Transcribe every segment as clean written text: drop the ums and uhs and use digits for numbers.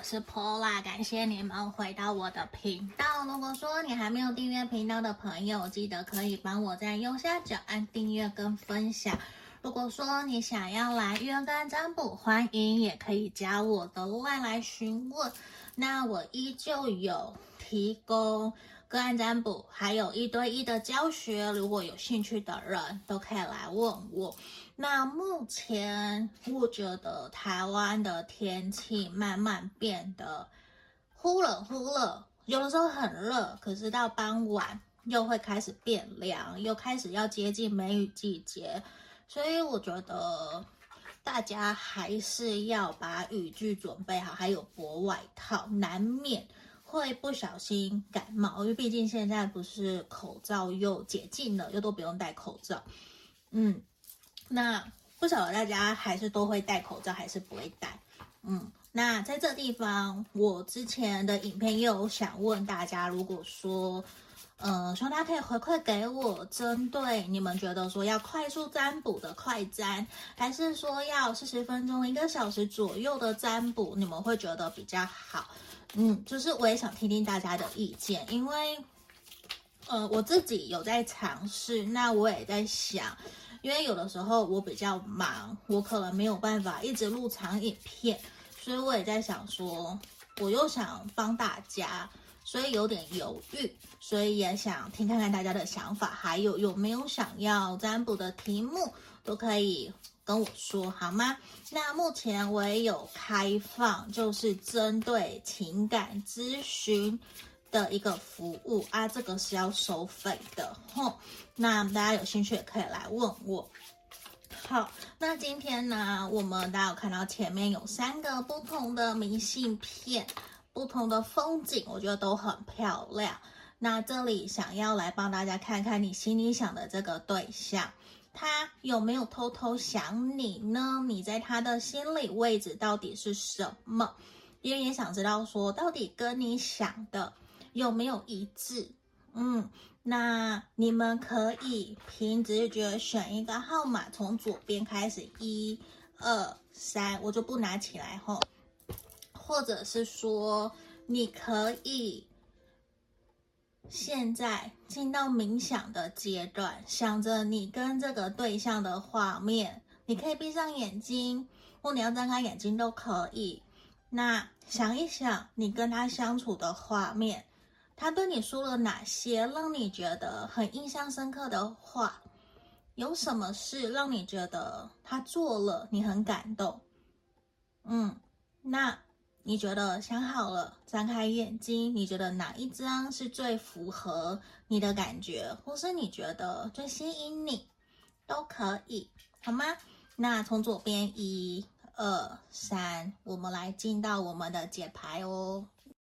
是 Paula， 感谢你们回到我的频道。如果说你还没有订阅频道的朋友，记得可以帮我在右下角按订阅跟分享。如果说你想要来约干占卜，欢迎也可以加我的 LINE 来询问。那我依旧有提供个案占卜，还有1对1的教学，如果有兴趣的人都可以来问我。那目前我觉得台湾的天气慢慢变得忽冷忽热，有的时候很热，可是到傍晚又会开始变凉，又开始要接近梅雨季节，所以我觉得大家还是要把雨具准备好，还有薄外套，难免会不小心感冒，因为毕竟现在不是口罩又解禁了，又都不用戴口罩。那不晓得大家还是都会戴口罩，还是不会戴？那在这地方，我之前的影片也有想问大家，如果说，希望大家可以回馈给我，针对你们觉得说要快速占卜的快占，还是说要40分钟、1个小时左右的占卜，你们会觉得比较好？就是我也想听听大家的意见，因为，我自己有在尝试，那我也在想。因为有的时候我比较忙，我可能没有办法一直录长影片，所以我也在想说，我又想帮大家，所以有点犹豫，所以也想听看看大家的想法，还有没有想要占卜的题目，都可以跟我说好吗？那目前我也有开放，就是针对情感咨询的一个服务啊，这个是要收费的那大家有兴趣也可以来问我。好，那今天呢，大家有看到前面有3个不同的明信片，不同的风景，我觉得都很漂亮。那这里想要来帮大家看看你心里想的这个对象，他有没有偷偷想你呢？你在他的心理位置到底是什么？因为也想知道说，到底跟你想的有没有一致？那你们可以凭直觉选一个号码，从左边开始，1、2、3，我就不拿起来或者是说，你可以现在进到冥想的阶段，想着你跟这个对象的画面，你可以闭上眼睛，或你要张开眼睛都可以。那想一想你跟他相处的画面，他对你说了哪些让你觉得很印象深刻的话？有什么事让你觉得他做了你很感动？那你觉得想好了，张开眼睛，你觉得哪一张是最符合你的感觉，或是你觉得最吸引你，都可以，好吗？那从左边1、2、3，我们来进到我们的解牌哦。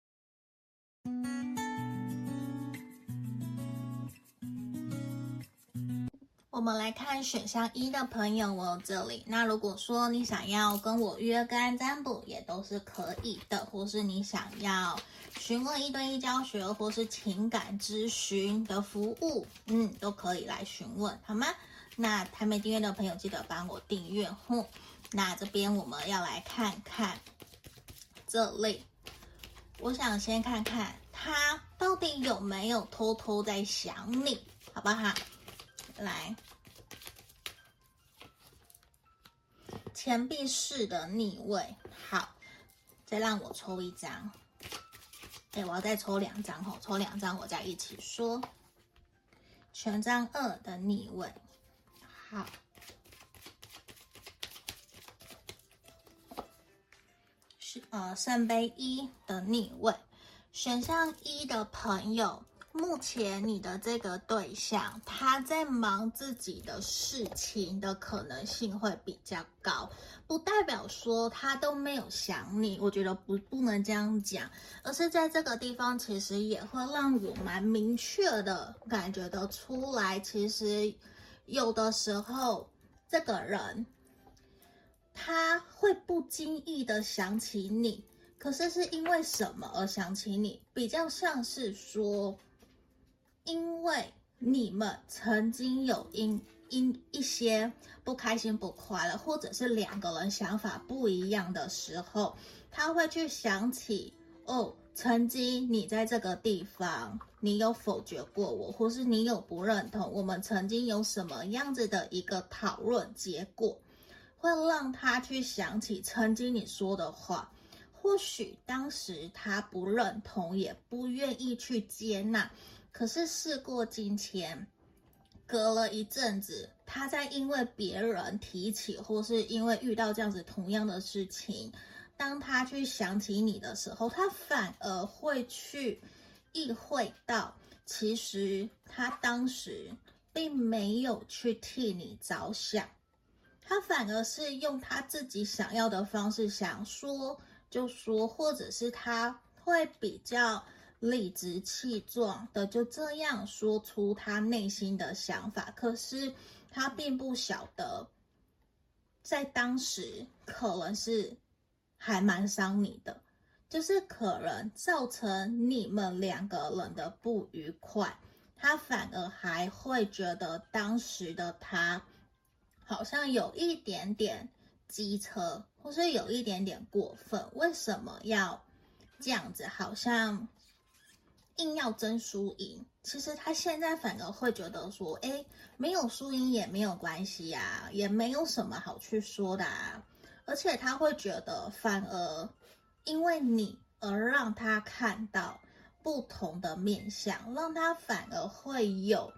我们来看选项1的朋友这里。那如果说你想要跟我约干占卜，也都是可以的，或是你想要询问1对1教学，或是情感咨询的服务，都可以来询问，好吗？那还没订阅的朋友，记得帮我订阅那这边我们要来看看这里，我想先看看他到底有没有偷偷在想你，好不好？来，钱币4的逆位，好，再让我抽1张，我要再抽2张抽2张我再一起说。权杖2的逆位，好，圣杯1的逆位。选项1的朋友，目前你的这个对象他在忙自己的事情的可能性会比较高，不代表说他都没有想你，我觉得不能这样讲，而是在这个地方其实也会让我蛮明确的感觉得出来，其实有的时候这个人他会不经意的想起你，可是是因为什么而想起你？比较像是说，因为你们曾经有因一些不开心不快乐，或者是两个人想法不一样的时候，他会去想起曾经你在这个地方你有否决过我，或是你有不认同我们曾经有什么样子的一个讨论结果，会让他去想起曾经你说的话。或许当时他不认同，也不愿意去接纳，可是事过境迁，隔了一阵子，他在因为别人提起，或是因为遇到这样子同样的事情，当他去想起你的时候，他反而会去意会到，其实他当时并没有去替你着想，他反而是用他自己想要的方式想说就说，或者是他会比较理直气壮的就这样说出他内心的想法，可是他并不晓得在当时可能是还蛮伤你的，就是可能造成你们两个人的不愉快，他反而还会觉得当时的他好像有一点点机车，或是有一点点过分，为什么要这样子，好像硬要争输赢。其实他现在反而会觉得说，没有输赢也没有关系啊，也没有什么好去说的啊，而且他会觉得反而因为你而让他看到不同的面向，让他反而会有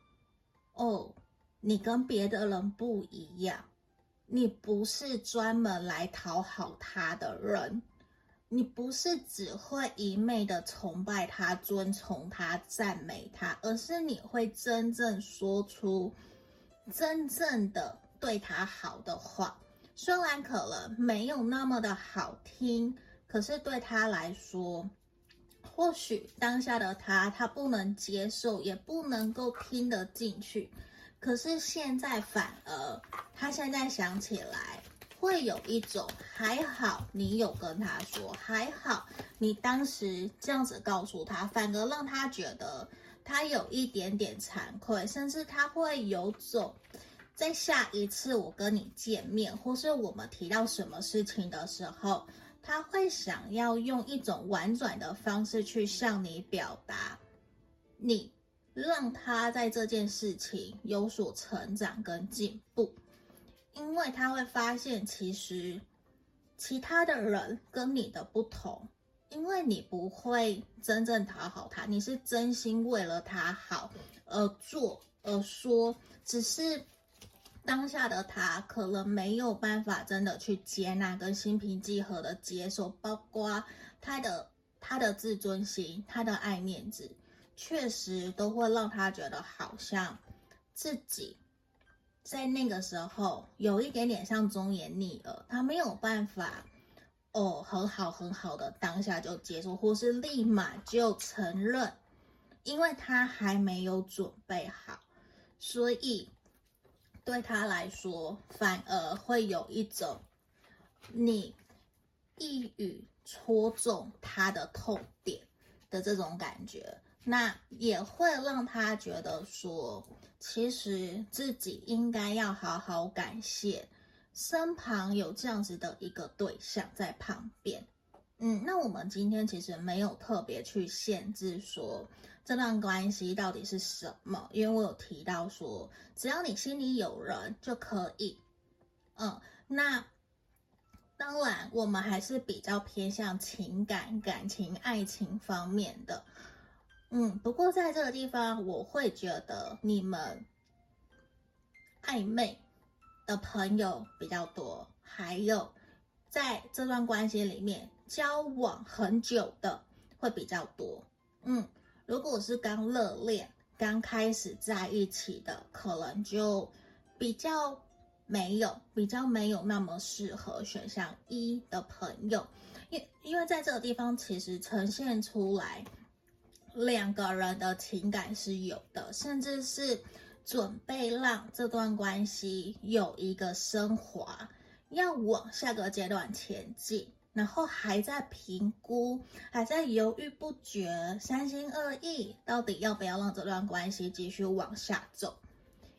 你跟别的人不一样，你不是专门来讨好他的人，你不是只会一昧的崇拜他、尊崇他、赞美他，而是你会真正说出真正的对他好的话。虽然可能没有那么的好听，可是对他来说，或许当下的他不能接受，也不能够听得进去，可是现在反而他现在想起来会有一种还好你有跟他说，还好你当时这样子告诉他，反而让他觉得他有一点点惭愧，甚至他会有种在下一次我跟你见面，或是我们提到什么事情的时候，他会想要用一种婉转的方式去向你表达，你让他在这件事情有所成长跟进步。因为他会发现其实其他的人跟你的不同，因为你不会真正讨好他，你是真心为了他好而做而说，只是当下的他可能没有办法真的去接纳跟心平气和的接受，包括他的自尊心，他的爱面子，确实都会让他觉得好像自己在那个时候有一点点像忠言逆耳，他没有办法很好的当下就接受，或是立马就承认，因为他还没有准备好，所以对他来说反而会有一种你一语戳中他的痛点的这种感觉，那也会让他觉得说，其实自己应该要好好感谢身旁有这样子的一个对象在旁边。那我们今天其实没有特别去限制说这段关系到底是什么，因为我有提到说，只要你心里有人就可以。那当然我们还是比较偏向情感、感情、爱情方面的。不过在这个地方，我会觉得你们暧昧的朋友比较多，还有在这段关系里面交往很久的会比较多。如果是刚热恋、刚开始在一起的，可能就比较没有那么适合选项一的朋友，因为在这个地方其实呈现出来两个人的情感是有的，甚至是准备让这段关系有一个升华，要往下个阶段前进，然后还在评估，还在犹豫不决，三心二意，到底要不要让这段关系继续往下走。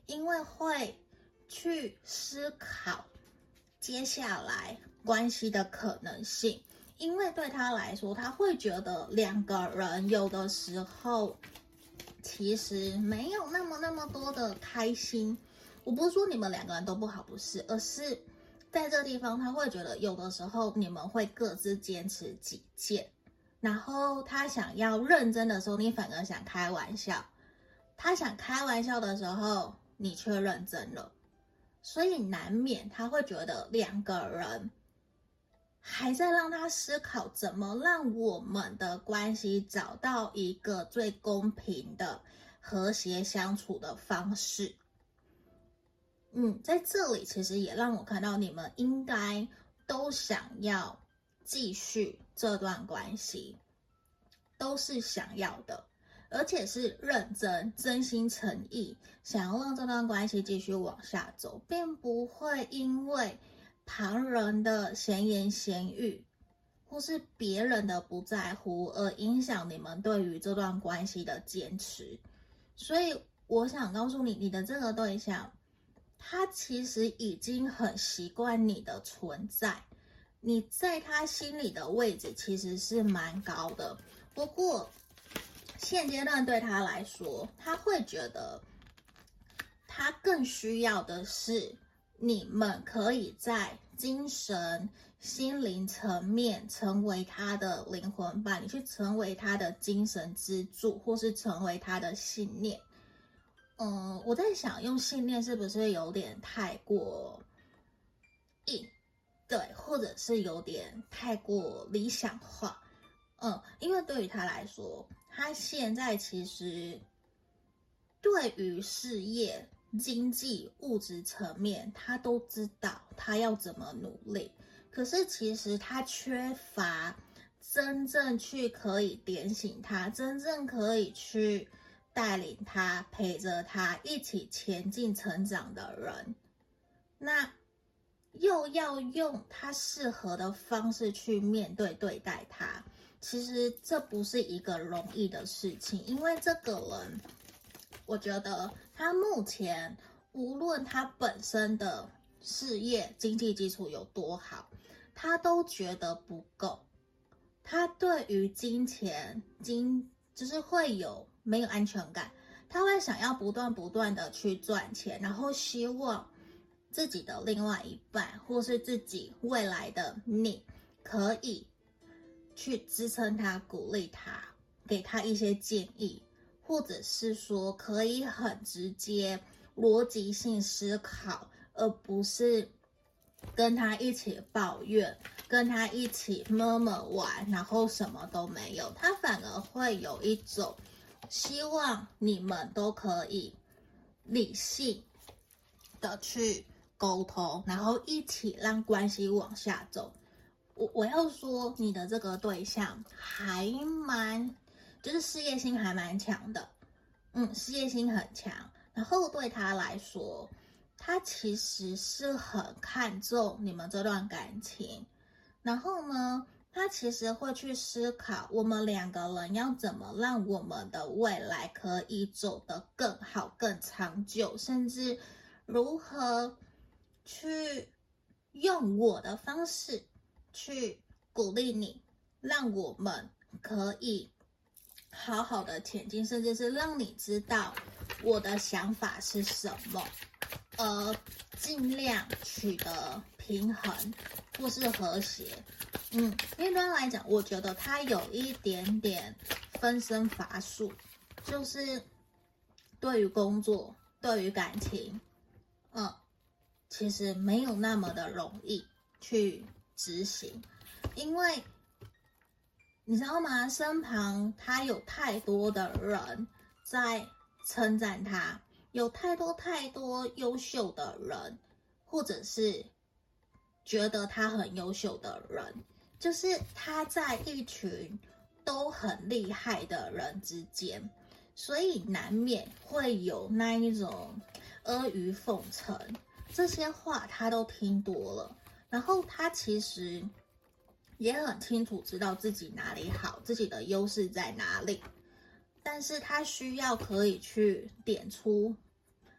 因为会去思考接下来关系的可能性。因为对他来说，他会觉得两个人有的时候其实没有那么多的开心。我不是说你们两个人都不好，不是，而是在这个地方他会觉得有的时候你们会各自坚持己见，然后他想要认真的时候，你反而想开玩笑，他想开玩笑的时候，你却认真了，所以难免他会觉得两个人还在让他思考怎么让我们的关系找到一个最公平的和谐相处的方式。在这里其实也让我看到你们应该都想要继续这段关系，都是想要的，而且是认真、真心诚意想要让这段关系继续往下走，并不会因为旁人的闲言闲语或是别人的不在乎而影响你们对于这段关系的坚持。所以我想告诉你，你的这个对象他其实已经很习惯你的存在，你在他心里的位置其实是蛮高的。不过现阶段对他来说，他会觉得他更需要的是你们可以在精神、心灵层面成为他的灵魂伴侣，去成为他的精神支柱，或是成为他的信念。我在想用信念是不是有点太过硬，对，或者是有点太过理想化。因为对于他来说，他现在其实对于事业、经济、物质层面，他都知道他要怎么努力，可是其实他缺乏真正去可以点醒他，真正可以去带领他、陪着他一起前进成长的人。那又要用他适合的方式去对待他，其实这不是一个容易的事情。因为这个人，我觉得他目前无论他本身的事业经济基础有多好，他都觉得不够。他对于金钱就是会有没有安全感，他会想要不断的去赚钱，然后希望自己的另外一半或是自己未来的你可以去支撑他、鼓励他，给他一些建议，或者是说可以很直接逻辑性思考，而不是跟他一起抱怨，跟他一起玩，然后什么都没有。他反而会有一种希望你们都可以理性的去沟通，然后一起让关系往下走。我要说你的这个对象还蛮就是事业心还蛮强的，事业心很强，然后对他来说，他其实是很看重你们这段感情，然后呢，他其实会去思考我们两个人要怎么让我们的未来可以走得更好、更长久，甚至如何去用我的方式去鼓励你，让我们可以好好的前进，甚至是让你知道我的想法是什么，尽量取得平衡或是和谐。因为对他来讲，我觉得他有一点点分身乏术，就是对于工作、对于感情，其实没有那么的容易去执行，因为你知道吗？身旁他有太多的人在称赞他，有太多优秀的人，或者是觉得他很优秀的人，就是他在一群都很厉害的人之间，所以难免会有那一种阿谀奉承，这些话他都听多了，然后他其实也很清楚知道自己哪里好，自己的优势在哪里，但是他需要可以去点出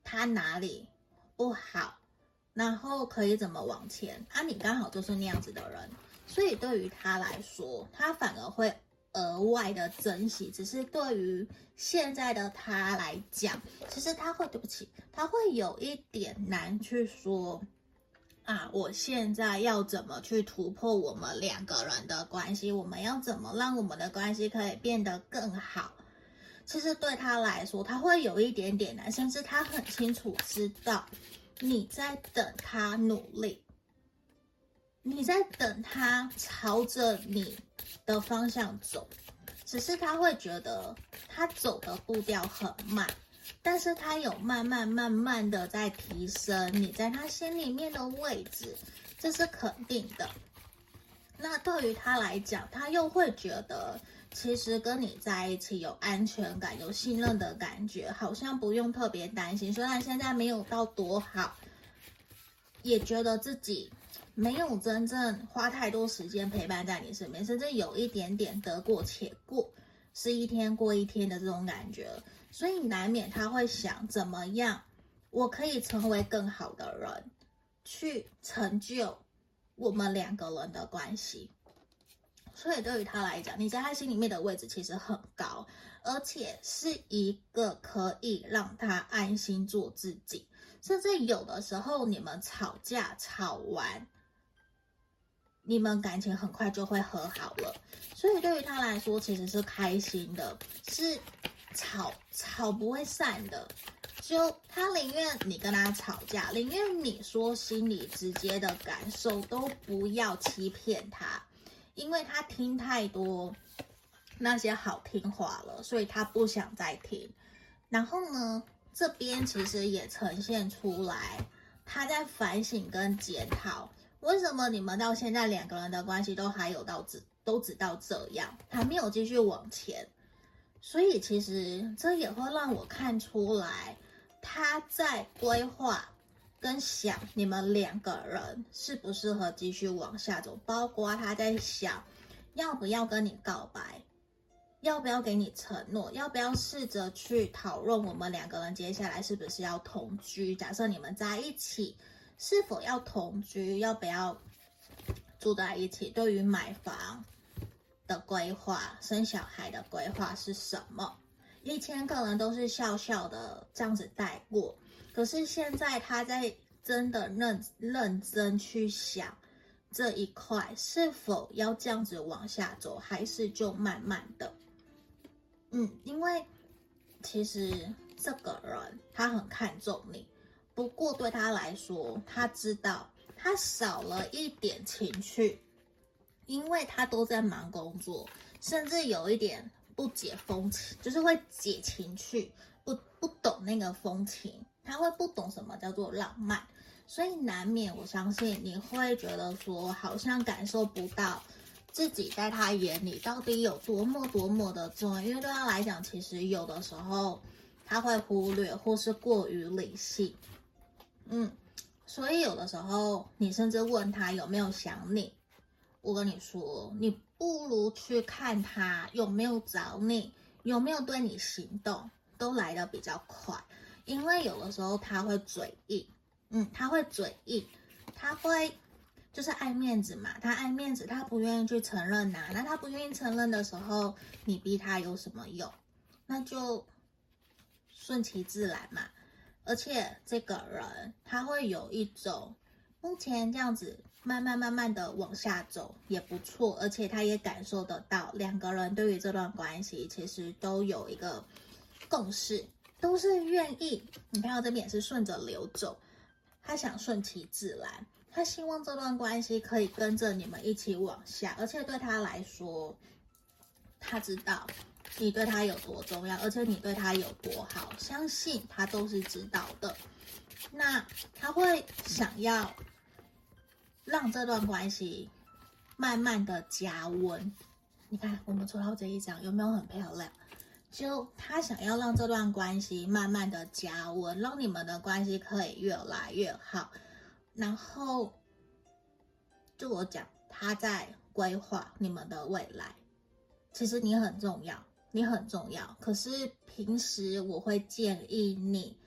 他哪里不好，然后可以怎么往前啊？你刚好就是那样子的人，所以对于他来说，他反而会额外的珍惜。只是对于现在的他来讲，其实他会，对不起，他会有一点难去说啊，我现在要怎么去突破我们两个人的关系？我们要怎么让我们的关系可以变得更好？其实对他来说，他会有一点点难，甚至他很清楚知道你在等他努力，你在等他朝着你的方向走，只是他会觉得他走的步调很慢，但是他有慢慢的在提升你在他心里面的位置，这是肯定的。那对于他来讲，他又会觉得其实跟你在一起有安全感，有信任的感觉，好像不用特别担心。虽然现在没有到多好，也觉得自己没有真正花太多时间陪伴在你身边，甚至有一点点得过且过，是一天过一天的这种感觉。所以难免他会想，怎么样我可以成为更好的人，去成就我们两个人的关系。所以对于他来讲，你在他心里面的位置其实很高，而且是一个可以让他安心做自己，甚至有的时候你们吵架吵完，你们感情很快就会和好了。所以对于他来说其实是开心的，是吵不会散的。就他宁愿你跟他吵架，宁愿你说心里直接的感受，都不要欺骗他，因为他听太多那些好听话了，所以他不想再听。然后呢，这边其实也呈现出来他在反省跟检讨，为什么你们到现在两个人的关系都还有都只到这样，还没有继续往前。所以其实这也会让我看出来他在规划跟想你们两个人适不适合继续往下走，包括他在想要不要跟你告白，要不要给你承诺，要不要试着去讨论我们两个人接下来是不是要同居，假设你们在一起是否要同居，要不要住在一起，对于买房的规划，生小孩的规划是什么。以前可能都是笑笑的这样子带过，可是现在他在真的认真去想这一块是否要这样子往下走，还是就慢慢的。因为其实这个人他很看重你，不过对他来说，他知道他少了一点情趣，因为他都在忙工作，甚至有一点不解风情，就是会解情趣，不懂那个风情，他会不懂什么叫做浪漫，所以难免我相信你会觉得说，好像感受不到自己在他眼里到底有多么的重要，因为对他来讲，其实有的时候他会忽略或是过于理性，所以有的时候你甚至问他有没有想你，我跟你说，你不如去看他有没有找你，有没有对你行动，都来得比较快。因为有的时候他会嘴硬，他会嘴硬，他会就是爱面子嘛，他爱面子，他不愿意去承认呐。那他不愿意承认的时候，你逼他有什么用？那就顺其自然嘛。而且这个人他会有一种目前这样子慢慢的往下走也不错，而且他也感受得到两个人对于这段关系其实都有一个共识，都是愿意。你看到这边也是顺着流走，他想顺其自然，他希望这段关系可以跟着你们一起往下，而且对他来说，他知道你对他有多重要，而且你对他有多好，相信他都是知道的。那他会想要让这段关系慢慢的加温。你看我们抽到这一张有没有很漂亮？就他想要让这段关系慢慢的加温，让你们的关系可以越来越好。然后就我讲，他在规划你们的未来，其实你很重要，你很重要。可是平时我会建议你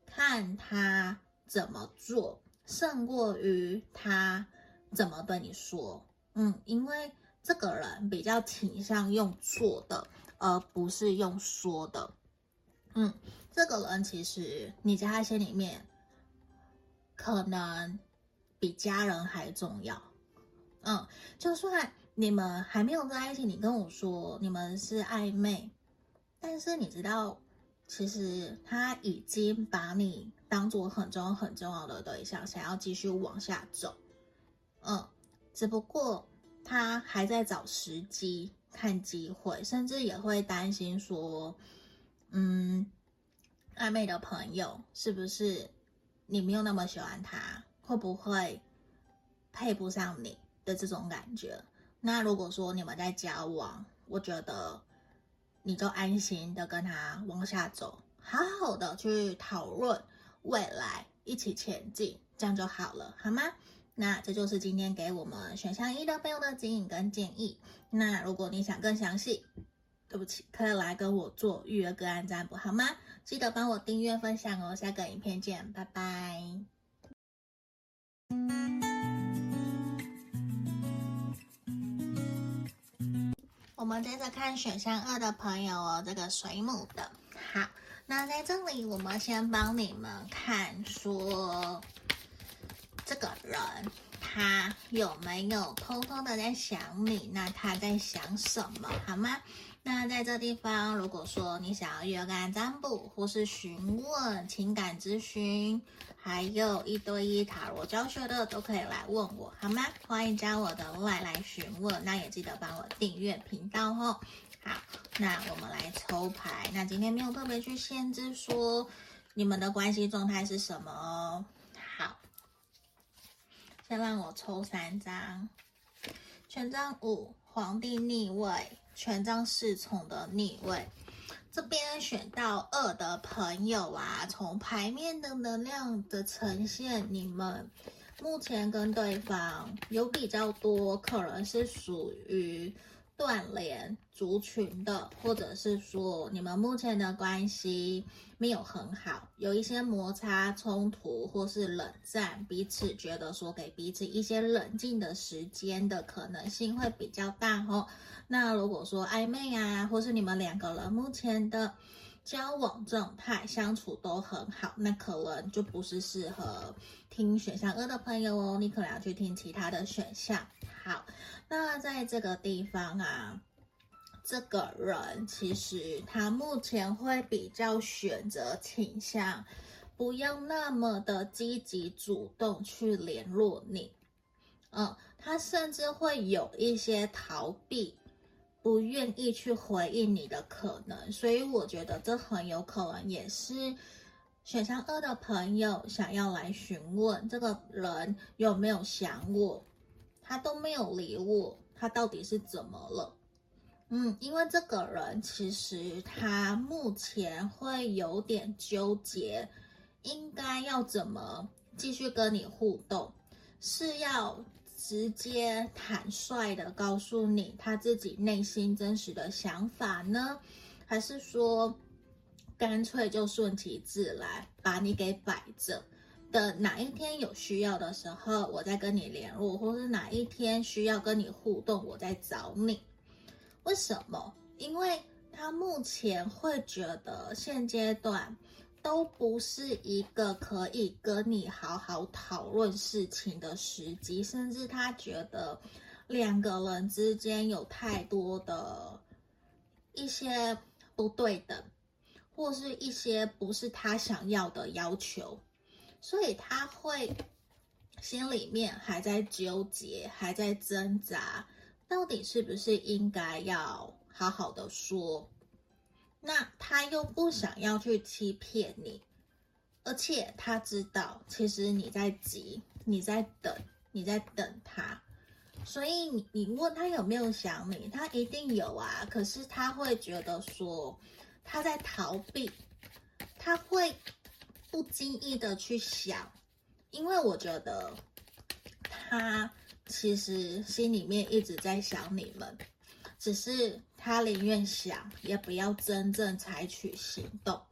看他怎么做，胜过于他怎么对你说。因为这个人比较倾向用做的，而不是用说的。这个人其实你在他心里面，可能比家人还重要。就算你们还没有在一起，你跟我说你们是暧昧，但是你知道，其实他已经把你当作很重要很重要的对象，想要继续往下走。只不过他还在找时机、看机会，甚至也会担心说，暧昧的朋友是不是你没有那么喜欢他，会不会配不上你的这种感觉。那如果说你们在交往，我觉得你就安心的跟他往下走，好好的去讨论未来，一起前进，这样就好了，好吗？那这就是今天给我们选项1的朋友的指引跟建议。那如果你想更详细，对不起，可以来跟我做预约个案占卜，好吗？记得帮我订阅分享哦，下个影片见，拜拜。我们接着看选项2的朋友哦，这个水母的。好，那在这里我们先帮你们看说，这个人他有没有偷偷的在想你？那他在想什么？好吗？那在这地方，如果说你想要约个案占卜，或是询问情感咨询，还有1对1塔罗教学的，都可以来问我，好吗？欢迎加我的 LINE 来询问，那也记得帮我订阅频道哦。好，那我们来抽牌。那今天没有特别去限制说你们的关系状态是什么哦。好，先让我抽3张，权杖5，皇帝逆位，权杖侍从的逆位。这边选到2的朋友啊，从牌面的能量的呈现，你们目前跟对方有比较多可能是属于断联族群的，或者是说你们目前的关系没有很好，有一些摩擦冲突或是冷战，彼此觉得说给彼此一些冷静的时间的可能性会比较大哦。那如果说暧昧啊，或是你们2个人目前的交往状态相处都很好，那可能就不是适合听选项2的朋友哦，你可能要去听其他的选项。好，那在这个地方啊，这个人其实他目前会比较选择倾向不要那么的积极主动去联络你，他甚至会有一些逃避，不愿意去回应你的可能，所以我觉得这很有可能也是选项2的朋友想要来询问这个人有没有想我，他都没有理我，他到底是怎么了？因为这个人其实他目前会有点纠结，应该要怎么继续跟你互动，是要直接坦率的告诉你他自己内心真实的想法呢，还是说干脆就顺其自然把你给摆着，等哪一天有需要的时候我再跟你联络，或是哪一天需要跟你互动我再找你。为什么？因为他目前会觉得现阶段都不是一个可以跟你好好讨论事情的时机，甚至他觉得2个人之间有太多的一些不对等，或是一些不是他想要的要求，所以他会心里面还在纠结，还在挣扎，到底是不是应该要好好的说，那他又不想要去欺骗你，而且他知道其实你在急，你在等他，所以你问他有没有想你，他一定有啊，可是他会觉得说他在逃避，他会不经意的去想，因为我觉得他其实心里面一直在想你们，只是他宁愿想也不要真正采取行动。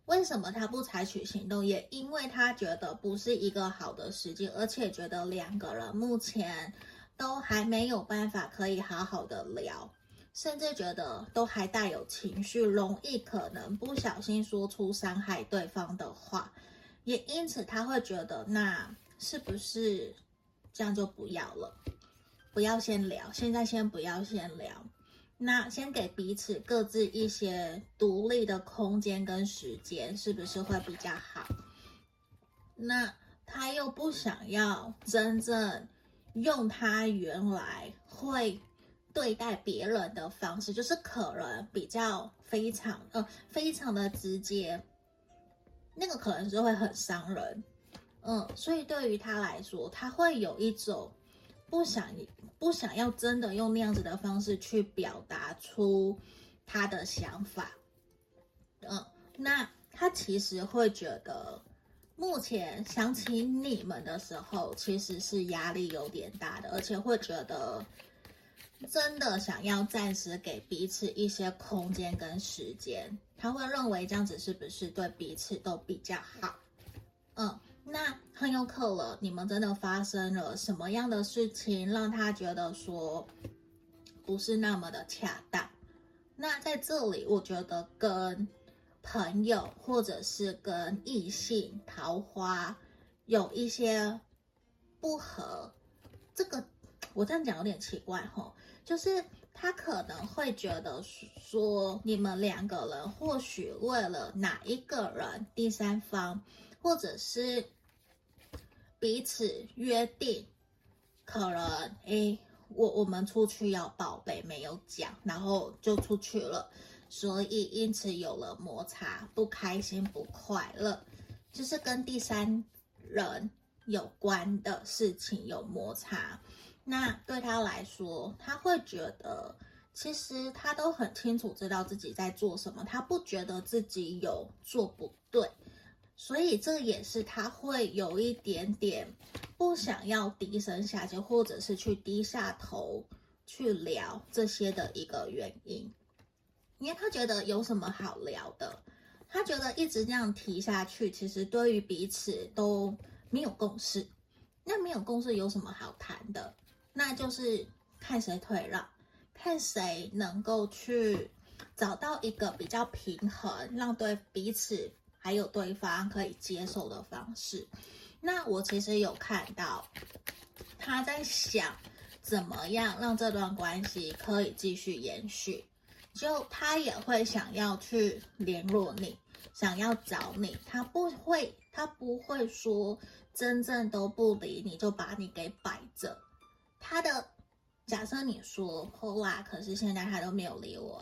为什么他不采取行动？也因为他觉得不是一个好的时机，而且觉得两个人目前都还没有办法可以好好的聊，甚至觉得都还带有情绪，容易可能不小心说出伤害对方的话，也因此他会觉得，那是不是这样就不要了，不要先聊，现在先不要先聊，那先给彼此各自一些独立的空间跟时间，是不是会比较好？那他又不想要真正用他原来会对待别人的方式，就是可能比较非常的直接，那个可能是会很伤人。所以对于他来说，他会有一种不想要真的用那样子的方式去表达出他的想法。那他其实会觉得，目前想起你们的时候，其实是压力有点大的，而且会觉得真的想要暂时给彼此一些空间跟时间。他会认为这样子是不是对彼此都比较好？那很有可能你们真的发生了什么样的事情，让他觉得说不是那么的恰当。那在这里，我觉得跟朋友或者是跟异性桃花有一些不合，这个我这样讲有点奇怪吼，就是他可能会觉得说你们两个人或许为了哪一个人第三方，或者是彼此约定，可能我们出去要报备没有讲，然后就出去了，所以因此有了摩擦，不开心不快乐，就是跟第三人有关的事情有摩擦。那对他来说，他会觉得其实他都很清楚知道自己在做什么，他不觉得自己有做不对，所以这也是他会有一点点不想要低声下气，或者是去低下头去聊这些的一个原因。因为他觉得有什么好聊的，他觉得一直这样提下去，其实对于彼此都没有共识。那没有共识有什么好谈的？那就是看谁退让，看谁能够去找到一个比较平衡，让对彼此还有对方可以接受的方式。那我其实有看到他在想怎么样让这段关系可以继续延续，就他也会想要去联络你，想要找你，他不会说真正都不理你就把你给摆着。他的假设你说后来，可是现在他都没有理我，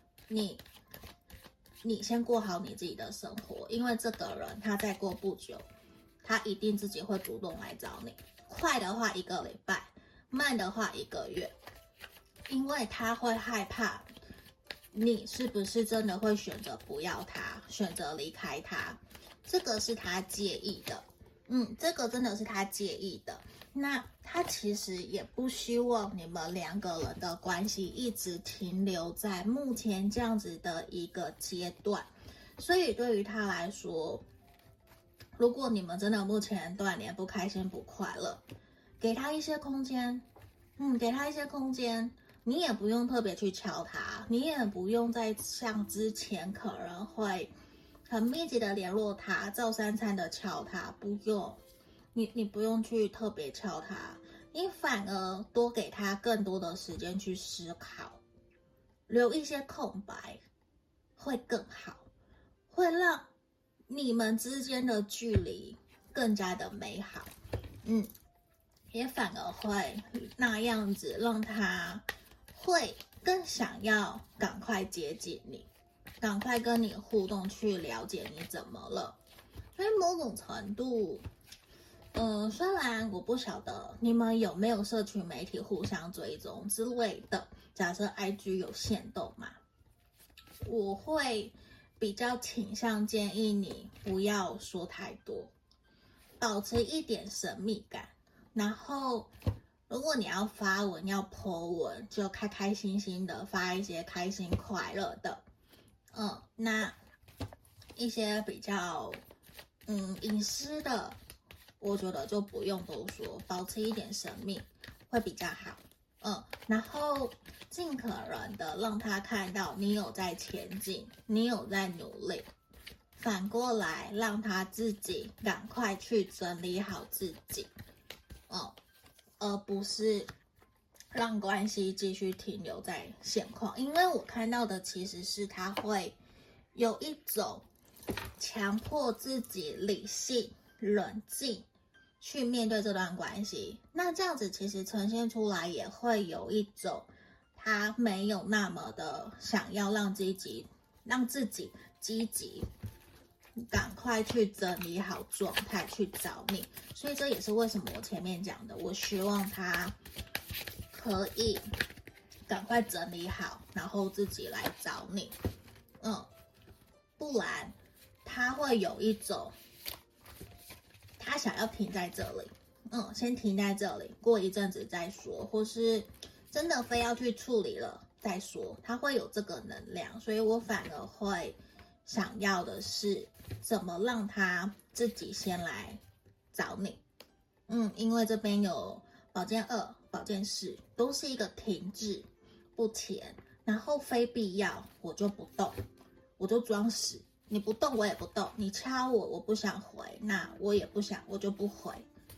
你先过好你自己的生活，因为这个人他再过不久，他一定自己会主动来找你。快的话1个礼拜，慢的话1个月，因为他会害怕你是不是真的会选择不要他，选择离开他，这个是他介意的。这个真的是他介意的。那他其实也不希望你们两个人的关系一直停留在目前这样子的一个阶段，所以对于他来说，如果你们真的目前断联不开心不快乐，给他一些空间，给他一些空间，你也不用特别去敲他，你也不用再像之前可能会很密集的联络他，照三餐的敲他，不用。你不用去特别敲他，你反而多给他更多的时间去思考，留一些空白会更好，会让你们之间的距离更加的美好。也反而会那样子让他会更想要赶快接近你，赶快跟你互动，去了解你怎么了。所以某种程度虽然我不晓得你们有没有社群媒体互相追踪之类的，假设 IG 有限动嘛，我会比较倾向建议你不要说太多，保持一点神秘感，然后如果你要发文要 po 文，就开开心心的发一些开心快乐的，那一些比较隐私的，我觉得就不用多说，保持一点神秘会比较好。然后尽可能的让他看到你有在前进，你有在努力。反过来让他自己赶快去整理好自己，而不是让关系继续停留在现况。因为我看到的其实是他会有一种强迫自己理性冷静去面对这段关系，那这样子其实呈现出来也会有一种他没有那么的想要让自己积极赶快去整理好状态去找你。所以这也是为什么我前面讲的，我希望他可以赶快整理好，然后自己来找你。不然他会有一种他想要停在这里，先停在这里，过一阵子再说，或是真的非要去处理了再说，他会有这个能量。所以我反而会想要的是怎么让他自己先来找你。因为这边有宝剑2、宝剑4，都是一个停滞不前，然后非必要我就不动，我就装死，你不动我也不动，你敲我我不想回，那我也不想，我就不回。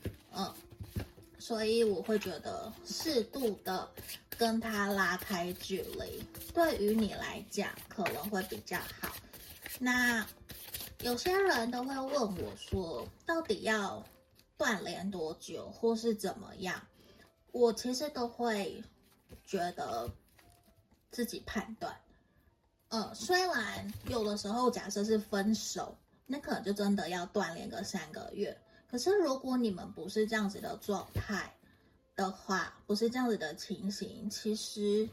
所以我会觉得适度的跟他拉开距离，对于你来讲可能会比较好。那有些人都会问我说，到底要断联多久，或是怎么样？我其实都会觉得自己判断。虽然有的时候假设是分手，那可能就真的要断联个3个月。可是如果你们不是这样子的状态的话，不是这样子的情形，其实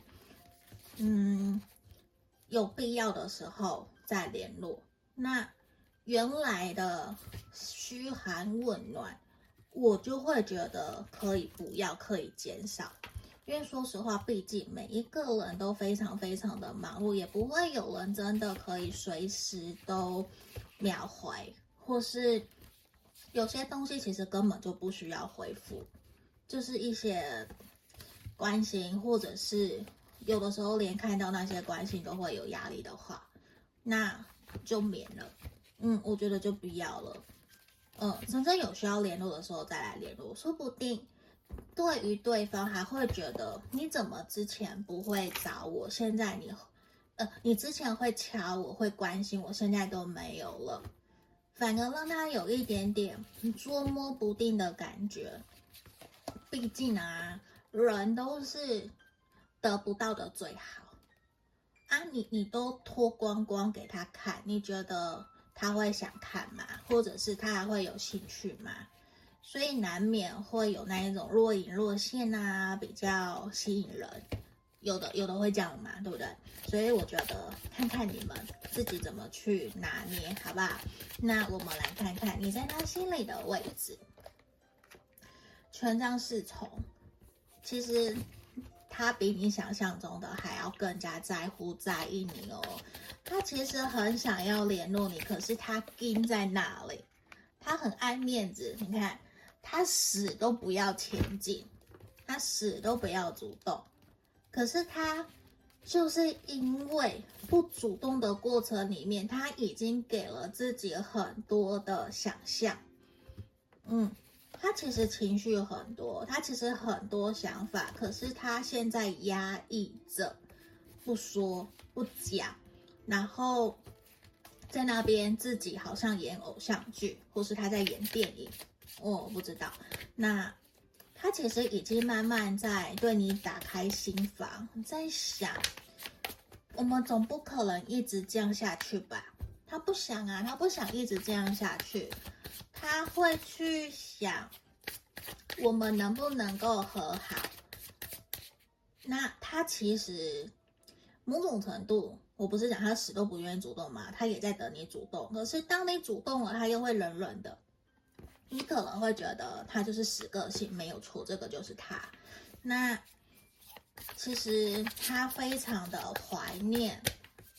有必要的时候再联络。那原来的嘘寒问暖，我就会觉得可以不要，可以减少。因为说实话，毕竟每一个人都非常非常的忙碌，也不会有人真的可以随时都秒回，或是有些东西其实根本就不需要回复，就是一些关心，或者是有的时候连看到那些关心都会有压力的话，那就免了。我觉得就不要了。真正有需要联络的时候再来联络，说不定对于对方还会觉得你怎么之前不会找我，现在你之前会敲我，会关心我，现在都没有了，反而让他有一点点捉摸不定的感觉。毕竟人都是得不到的最好你都脱光光给他看，你觉得他会想看吗？或者是他还会有兴趣吗？所以难免会有那一种若隐若现比较吸引人，有的会这样嘛，对不对？所以我觉得看看你们自己怎么去拿捏，好不好？那我们来看看你在他心里的位置。权杖4重，其实他比你想象中的还要更加在乎在意你哦。他其实很想要联络你，可是他盯在那里，他很爱面子。你看他死都不要前进，他死都不要主动，可是他就是因为不主动的过程里面，他已经给了自己很多的想象。他其实情绪很多，他其实很多想法，可是他现在压抑着，不说不讲，然后在那边自己好像演偶像剧，或是他在演电影，我不知道。那他其实已经慢慢在对你打开心房，在想我们总不可能一直这样下去吧？他不想他不想一直这样下去，他会去想我们能不能够和好。那他其实某种程度，我不是讲他死都不愿意主动嘛，他也在等你主动。可是当你主动了，他又会冷冷的，你可能会觉得他就是死个性，没有错，这个就是他。那其实他非常的怀念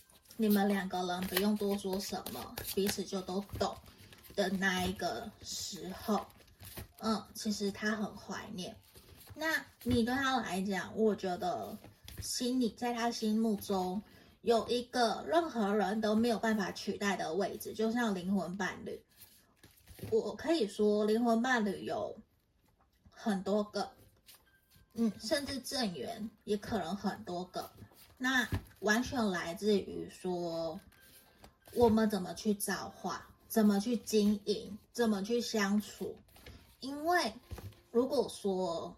你们两个人不用多说什么，彼此就都懂的那一个时候，其实他很怀念。那你对他来讲，我觉得心里在他心目中有一个任何人都没有办法取代的位置，就像灵魂伴侣。我可以说灵魂伴侣有很多个，甚至正缘也可能很多个。那完全来自于说我们怎么去造化，怎么去经营，怎么去相处。因为如果说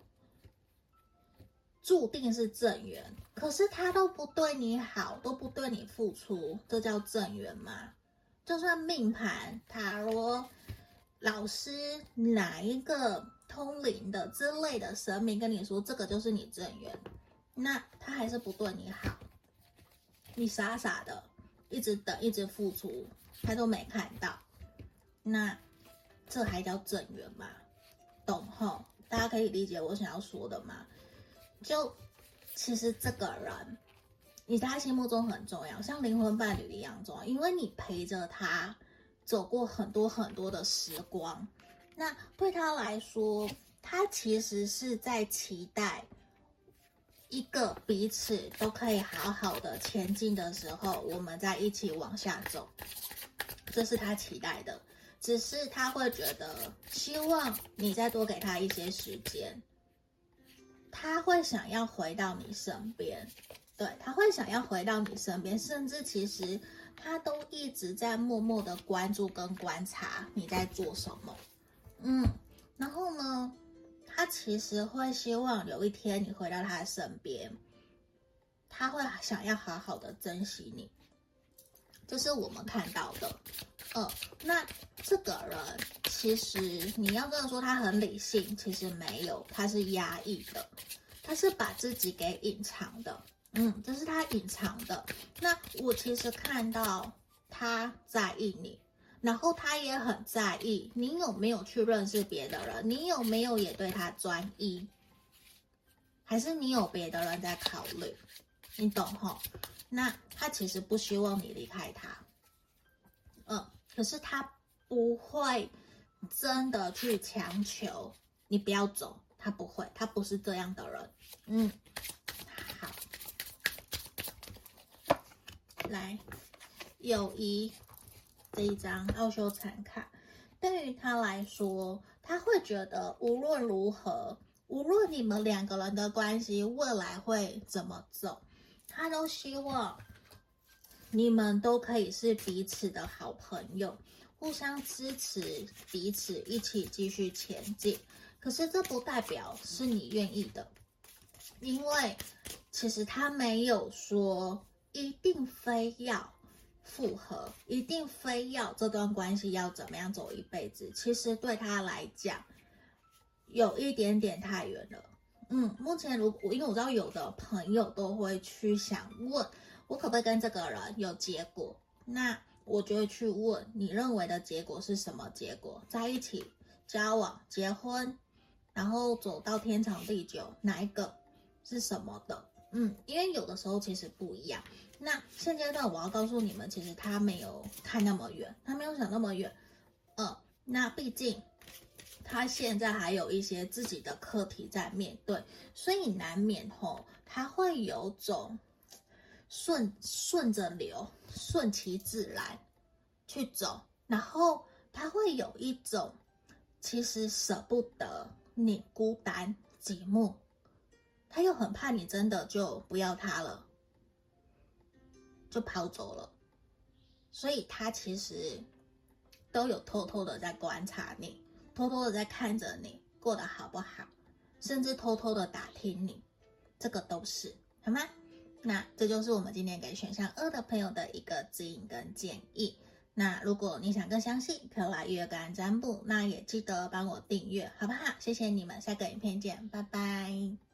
注定是正缘，可是他都不对你好，都不对你付出，这叫正缘吗？就算命盘、塔罗老师哪一个通灵的之类的神明跟你说这个就是你正缘，那他还是不对你好，你傻傻的一直等一直付出，他都没看到，那这还叫正缘吗？懂吼？大家可以理解我想要说的吗？就其实这个人你在他心目中很重要，像灵魂伴侣一样重要，因为你陪着他走过很多很多的时光。那对他来说，他其实是在期待一个彼此都可以好好的前进的时候，我们再一起往下走，这是他期待的。只是他会觉得希望你再多给他一些时间，他会想要回到你身边，对，他会想要回到你身边，甚至其实他都一直在默默的关注跟观察你在做什么，然后呢，他其实会希望有一天你回到他的身边，他会想要好好的珍惜你，这是我们看到的。那这个人其实你要真的说他很理性，其实没有，他是压抑的，他是把自己给隐藏的，这是他隐藏的。那我其实看到他在意你，然后他也很在意你有没有去认识别的人，你有没有也对他专一，还是你有别的人在考虑，你懂吼？那他其实不希望你离开他，可是他不会真的去强求你不要走，他不会，他不是这样的人。好，来，友谊这一张奥修禅卡，对于他来说，他会觉得无论如何，无论你们两个人的关系未来会怎么走，他都希望你们都可以是彼此的好朋友，互相支持彼此，一起继续前进。可是这不代表是你愿意的，因为其实他没有说一定非要复合，一定非要这段关系要怎么样走一辈子。其实对他来讲，有一点点太远了。目前因为我知道有的朋友都会去想问，我可不可以跟这个人有结果？那我就会去问，你认为的结果是什么结果？在一起、交往、结婚，然后走到天长地久，哪一个是什么的？因为有的时候其实不一样。那现阶段我要告诉你们，其实他没有看那么远，他没有想那么远。那毕竟他现在还有一些自己的课题在面对，所以难免他会有种顺着流，顺其自然去走，然后他会有一种其实舍不得你孤单寂寞，他又很怕你真的就不要他了，就跑走了，所以他其实都有偷偷的在观察你，偷偷的在看着你过得好不好，甚至偷偷的打听你，这个都是，好吗？那这就是我们今天给选项2的朋友的一个指引跟建议。那如果你想更详细，可以来预约个案占卜，那也记得帮我订阅，好不好？谢谢你们，下个影片见，拜拜。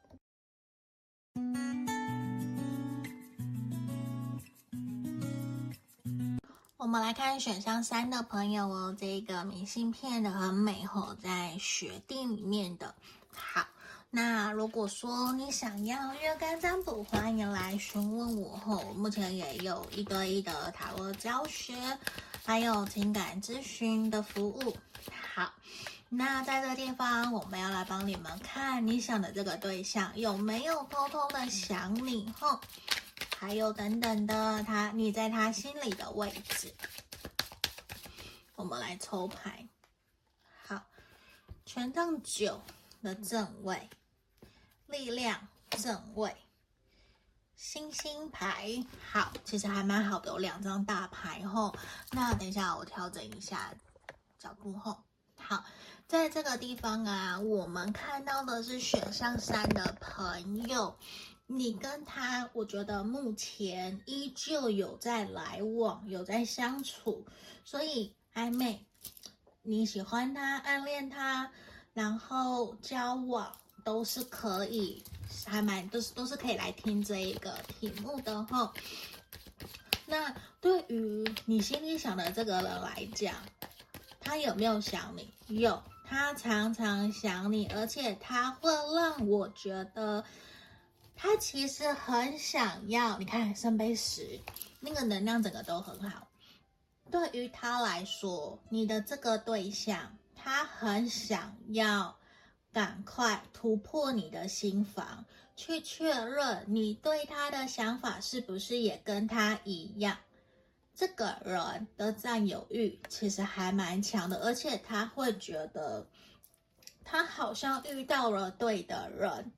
我们来看选项3的朋友哦，这个明信片的很美在雪地里面的。好， 那如果说你想要月干占卜，欢迎来询问我后，目前也有1对1的塔罗教学，还有情感咨询的服务。好，那在这个地方，我们要来帮你们看你想的这个对象有没有偷偷的想你后，还有等等的你在他心里的位置。我们来抽牌。好，权杖9的正位，力量正位，星星牌。好，其实还蛮好的，有2张大牌后。那等一下我调整一下角度后。好，在这个地方啊，我们看到的是选项3的朋友，你跟他，我觉得目前依旧有在来往，有在相处，所以暧昧，你喜欢他，暗恋他，然后交往都是可以，都是可以来听这一个题目的吼。那对于你心里想的这个人来讲，他有没有想你？有，他常常想你，而且他会让我觉得他其实很想要。你看圣杯10，那个能量整个都很好。对于他来说，你的这个对象，他很想要赶快突破你的心房，去确认你对他的想法是不是也跟他一样。这个人的占有欲其实还蛮强的，而且他会觉得他好像遇到了对的人。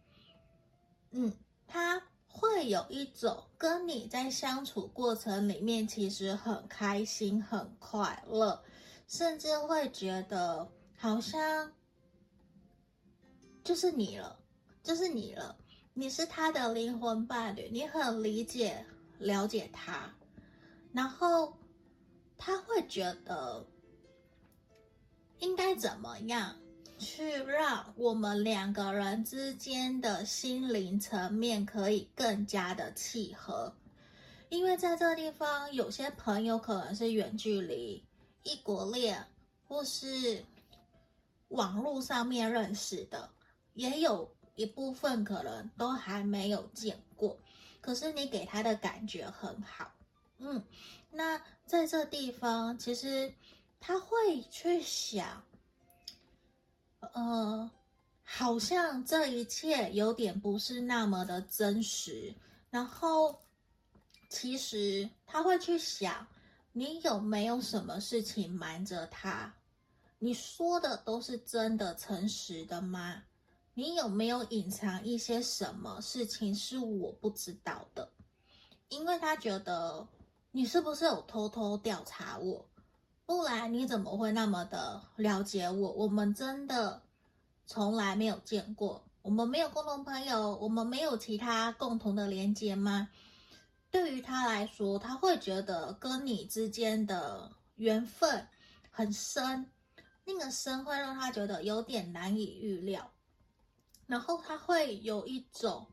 他会有一种跟你在相处过程里面其实很开心很快乐，甚至会觉得好像就是你了，你是他的灵魂伴侣，你很了解他，然后他会觉得应该怎么样去让我们2个人之间的心灵层面可以更加的契合。因为在这个地方，有些朋友可能是远距离、异国恋，或是网络上面认识的，也有一部分可能都还没有见过，可是你给他的感觉很好。那在这地方，其实他会去想，好像这一切有点不是那么的真实，然后其实他会去想，你有没有什么事情瞒着他？你说的都是真的诚实的吗？你有没有隐藏一些什么事情是我不知道的？因为他觉得你是不是有偷偷调查我？不然你怎么会那么的了解我？我们真的从来没有见过，我们没有共同朋友，我们没有其他共同的连结吗？对于他来说，他会觉得跟你之间的缘分很深，那个深会让他觉得有点难以预料，然后他会有一种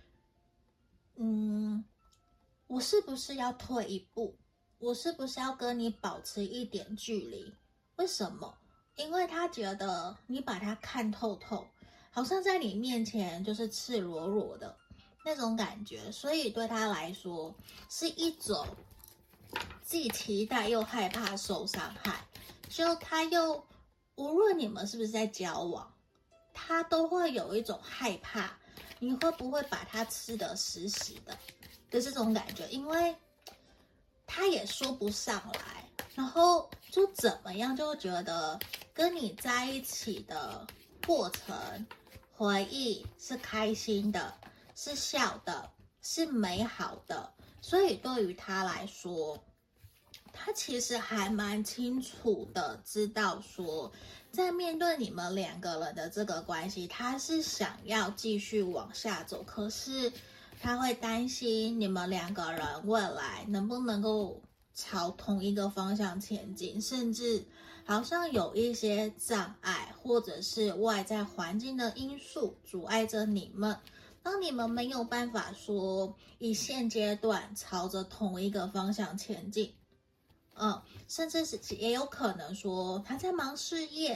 我是不是要退一步？我是不是要跟你保持一点距离？为什么？因为他觉得你把他看透透，好像在你面前就是赤裸裸的那种感觉，所以对他来说是一种既期待又害怕受伤害。就他又无论你们是不是在交往，他都会有一种害怕，你会不会把他吃得死死的这种感觉，因为他也说不上来，然后就怎么样就觉得跟你在一起的过程回忆是开心的，是笑的，是美好的，所以对于他来说，他其实还蛮清楚的知道说，在面对你们2个人的这个关系，他是想要继续往下走，可是他会担心你们2个人未来能不能够朝同一个方向前进，甚至好像有一些障碍，或者是外在环境的因素阻碍着你们，当你们没有办法说以现阶段朝着同一个方向前进。甚至是也有可能说他在忙事业，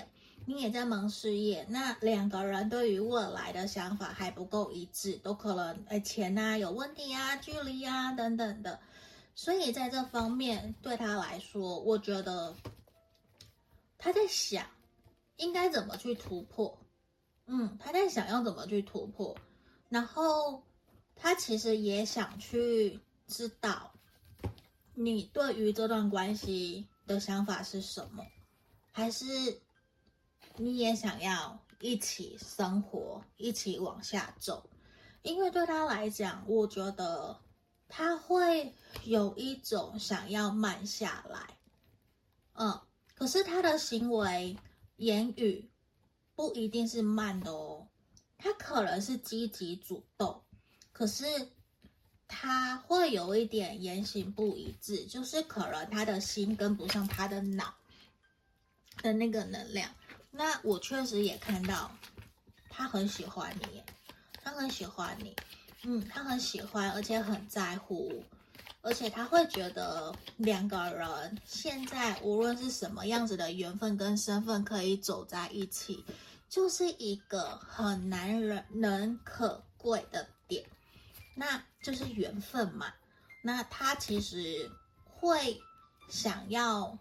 你也在忙事业，那两个人对于未来的想法还不够一致，都可能钱啊有问题啊、距离啊等等的，所以在这方面对他来说，我觉得他在想应该怎么去突破，他在想要怎么去突破，然后他其实也想去知道你对于这段关系的想法是什么，还是你也想要一起生活，一起往下走？因为对他来讲，我觉得他会有一种想要慢下来，可是他的行为、言语不一定是慢的哦，他可能是积极主动，可是他会有一点言行不一致，就是可能他的心跟不上他的脑的那个能量。那我确实也看到他很喜欢你，他很喜欢你，他很喜欢，而且很在乎，而且他会觉得两个人现在无论是什么样子的缘分跟身份可以走在一起，就是一个很难能可贵的点，那就是缘分嘛。那他其实会想要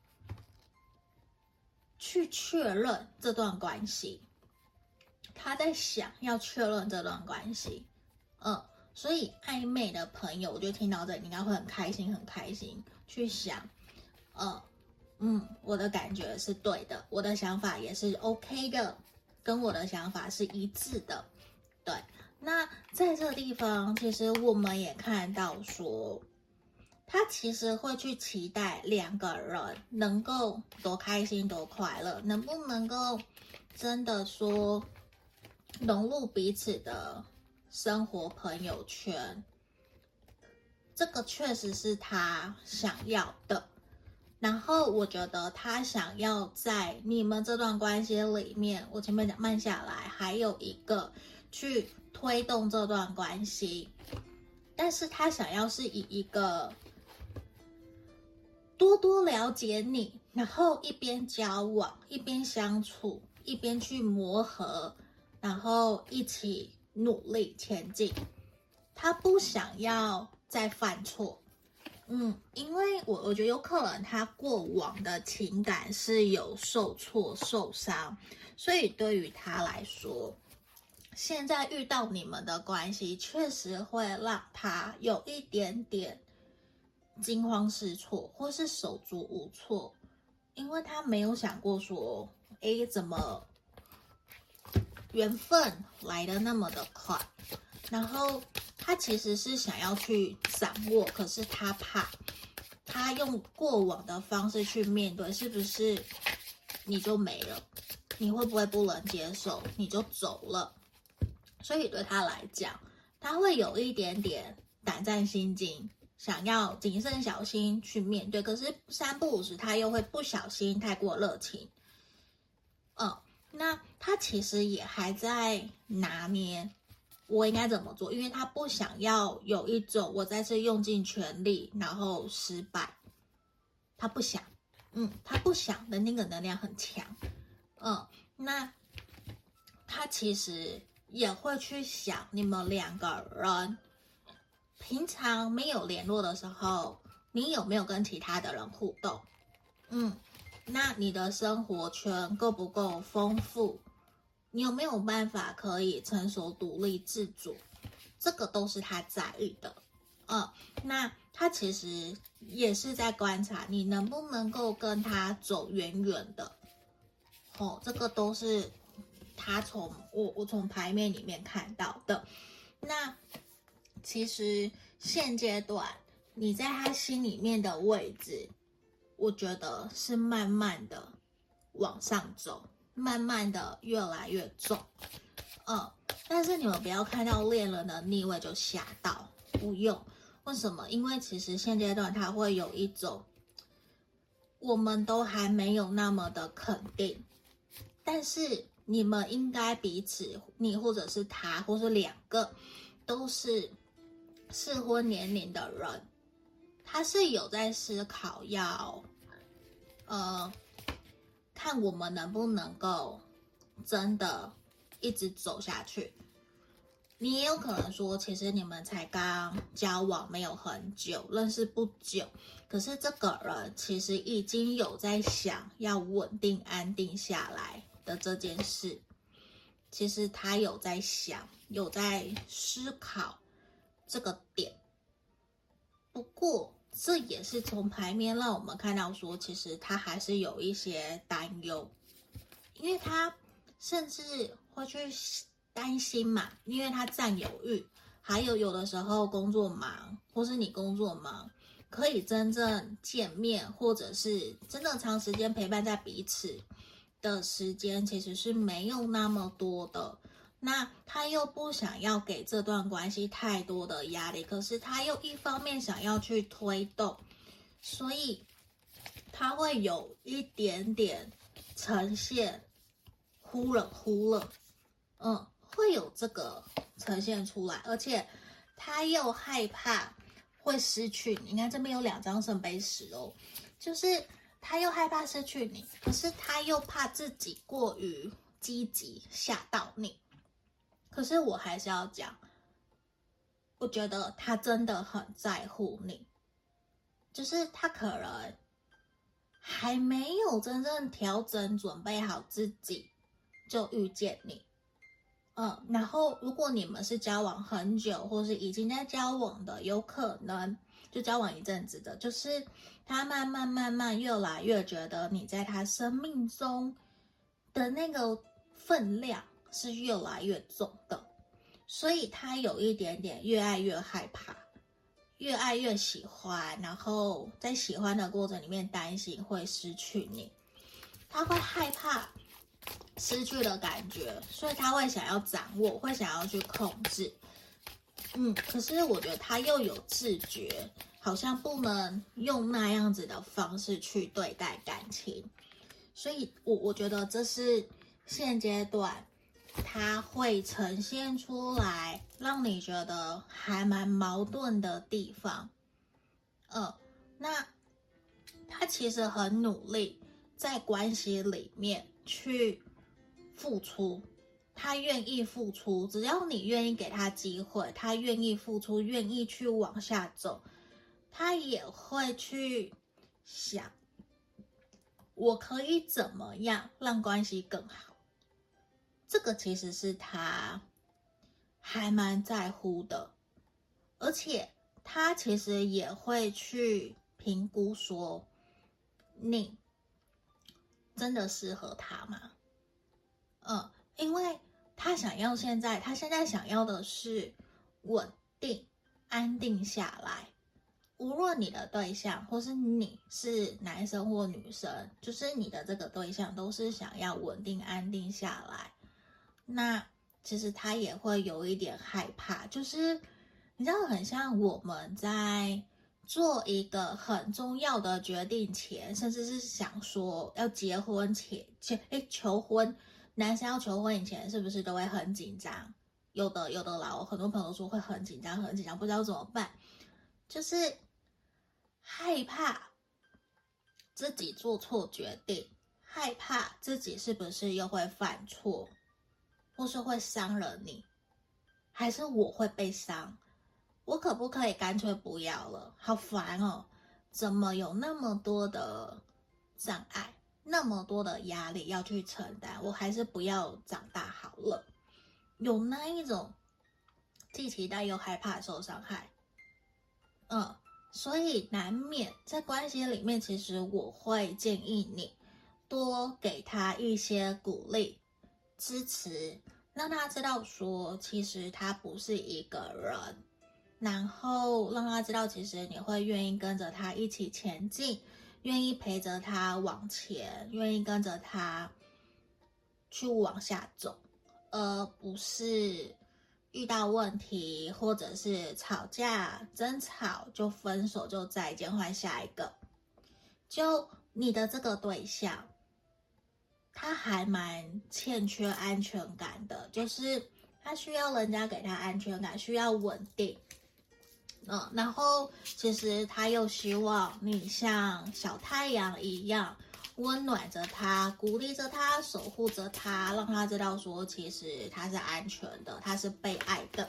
去确认这段关系，他在想要确认这段关系，所以暧昧的朋友，我就听到这里应该会很开心，很开心，去想，我的感觉是对的，我的想法也是 OK 的，跟我的想法是一致的，对。那在这个地方，其实我们也看到说，他其实会去期待两个人能够多开心多快乐，能不能够真的说融入彼此的生活朋友圈，这个确实是他想要的。然后我觉得他想要在你们这段关系里面，我前面讲慢下来，还有一个去推动这段关系，但是他想要是以一个多多了解你，然后一边交往，一边相处，一边去磨合，然后一起努力前进。他不想要再犯错，因为我觉得有可能他过往的情感是有受挫、受伤，所以对于他来说，现在遇到你们的关系，确实会让他有一点点惊慌失措，或是手足无措，因为他没有想过说，怎么缘分来得那么的快，然后他其实是想要去掌握，可是他怕，他用过往的方式去面对，是不是你就没了？你会不会不能接受？你就走了？所以对他来讲，他会有一点点胆战心惊，想要谨慎小心去面对，可是三不五时他又会不小心太过热情，那他其实也还在拿捏我应该怎么做，因为他不想要有一种我再次用尽全力然后失败，他不想，他不想的那个能量很强，那他其实也会去想你们两个人平常没有联络的时候，你有没有跟其他的人互动？那你的生活圈够不够丰富？你有没有办法可以成熟、独立、自主？这个都是他在意的。那他其实也是在观察你能不能够跟他走远远的。这个都是他从我从牌面里面看到的。那其实现阶段你在他心里面的位置，我觉得是慢慢的往上走，慢慢的越来越重，但是你们不要看到恋人的逆位就吓到，不用。为什么？因为其实现阶段他会有一种，我们都还没有那么的肯定，但是你们应该彼此，你或者是他，或是两个，都是适婚年龄的人，他是有在思考要看我们能不能够真的一直走下去。你也有可能说，其实你们才刚交往没有很久，认识不久，可是这个人其实已经有在想要稳定安定下来的这件事，其实他有在想，有在思考这个点。不过这也是从牌面让我们看到说，其实他还是有一些担忧，因为他甚至会去担心嘛，因为他占有欲，还有的时候工作忙，或是你工作忙，可以真正见面，或者是真的长时间陪伴在彼此的时间，其实是没有那么多的。那他又不想要给这段关系太多的压力，可是他又一方面想要去推动，所以他会有一点点呈现忽冷忽热，会有这个呈现出来，而且他又害怕会失去你。你看这边有2张圣杯十哦，就是他又害怕失去你，可是他又怕自己过于积极吓到你。可是我还是要讲，我觉得他真的很在乎你，就是他可能还没有真正调整准备好自己就遇见你。然后如果你们是交往很久或是已经在交往的，有可能就交往一阵子的，就是他慢慢越来越觉得你在他生命中的那个分量是越来越重的，所以他有一点点越爱越害怕，越爱越喜欢，然后在喜欢的过程里面担心会失去你，他会害怕失去的感觉，所以他会想要掌握，会想要去控制。可是我觉得他又有自觉，好像不能用那样子的方式去对待感情，所以我觉得这是现阶段他会呈现出来，让你觉得还蛮矛盾的地方。那他其实很努力在关系里面去付出，他愿意付出，只要你愿意给他机会，他愿意付出，愿意去往下走，他也会去想，我可以怎么样让关系更好。这个其实是他还蛮在乎的，而且他其实也会去评估说，你真的适合他吗？因为他现在想要的是稳定、安定下来。无论你的对象或是你是男生或女生，就是你的这个对象都是想要稳定、安定下来。那其实他也会有一点害怕，就是你知道，很像我们在做一个很重要的决定前，甚至是想说要结婚前求婚。男生要求婚以前是不是都会很紧张？有的啦，我很多朋友说会很紧张，不知道怎么办，就是害怕自己做错决定，害怕自己是不是又会犯错，或是会伤了你，还是我会被伤？我可不可以干脆不要了？好烦哦！怎么有那么多的障碍？那么多的压力要去承担，我还是不要长大好了。有那一种既期待又害怕受伤害，所以难免在关系里面，其实我会建议你多给他一些鼓励、支持，让他知道说，其实他不是一个人，然后让他知道，其实你会愿意跟着他一起前进。愿意陪着他往前，愿意跟着他去往下走，而不是遇到问题或者是吵架争吵就分手就再见换下一个。就你的这个对象，他还蛮欠缺安全感的，就是他需要人家给他安全感，需要稳定。然后其实他又希望你像小太阳一样温暖着他，鼓励着他，守护着他，让他知道说，其实他是安全的，他是被爱的。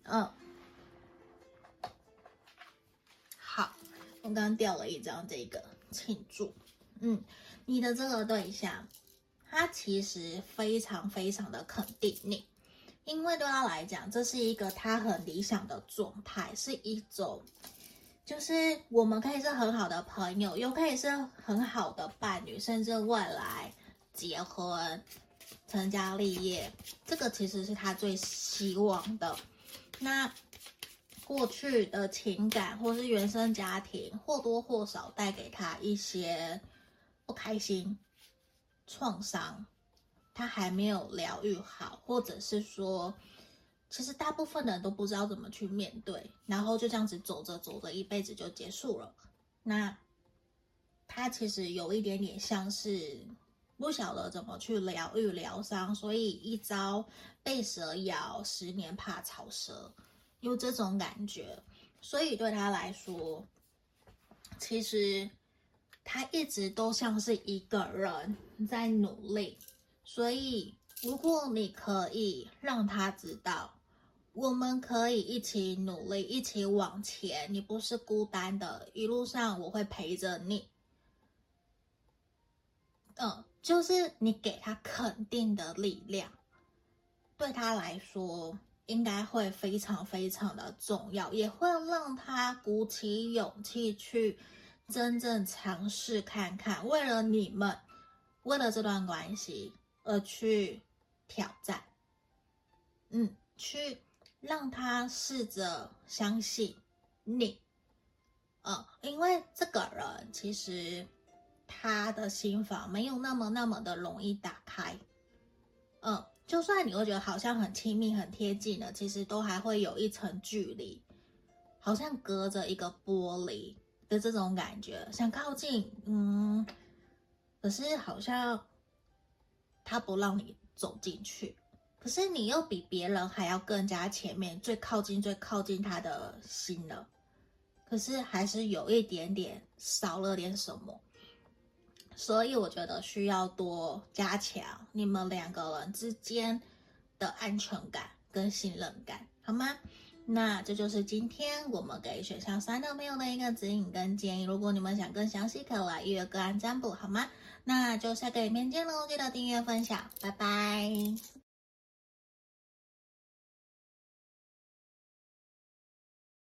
好，我刚刚掉了一张这个庆祝。你的这个对象，他其实非常非常的肯定你，因为对他来讲，这是一个他很理想的状态，是一种。就是我们可以是很好的朋友，又可以是很好的伴侣，甚至未来结婚、成家立业，这个其实是他最希望的。那过去的情感或是原生家庭，或多或少带给他一些不开心、创伤，他还没有疗愈好，或者是说。其实大部分的人都不知道怎么去面对，然后就这样子走着走着，一辈子就结束了。那他其实有一点点像是不晓得怎么去疗愈疗伤，所以一朝被蛇咬，10年怕草蛇，有这种感觉。所以对他来说，其实他一直都像是一个人在努力。所以如果你可以让他知道，我们可以一起努力，一起往前。你不是孤单的，一路上我会陪着你。就是你给他肯定的力量，对他来说应该会非常非常的重要，也会让他鼓起勇气去真正尝试看看，为了你们，为了这段关系而去挑战。去让他试着相信你，因为这个人其实他的心房没有那么的容易打开，就算你会觉得好像很亲密、很贴近了，其实都还会有一层距离，好像隔着一个玻璃的这种感觉，想靠近，可是好像他不让你走进去。可是你又比别人还要更加前面，最靠近他的心了，可是还是有一点点少了点什么，所以我觉得需要多加强你们2个人之间的安全感跟信任感，好吗？那这就是今天我们给选项3的朋友的一个指引跟建议。如果你们想更详细，可以来预约个案占卜，好吗？那就下个影片见喽，记得订阅分享，拜拜。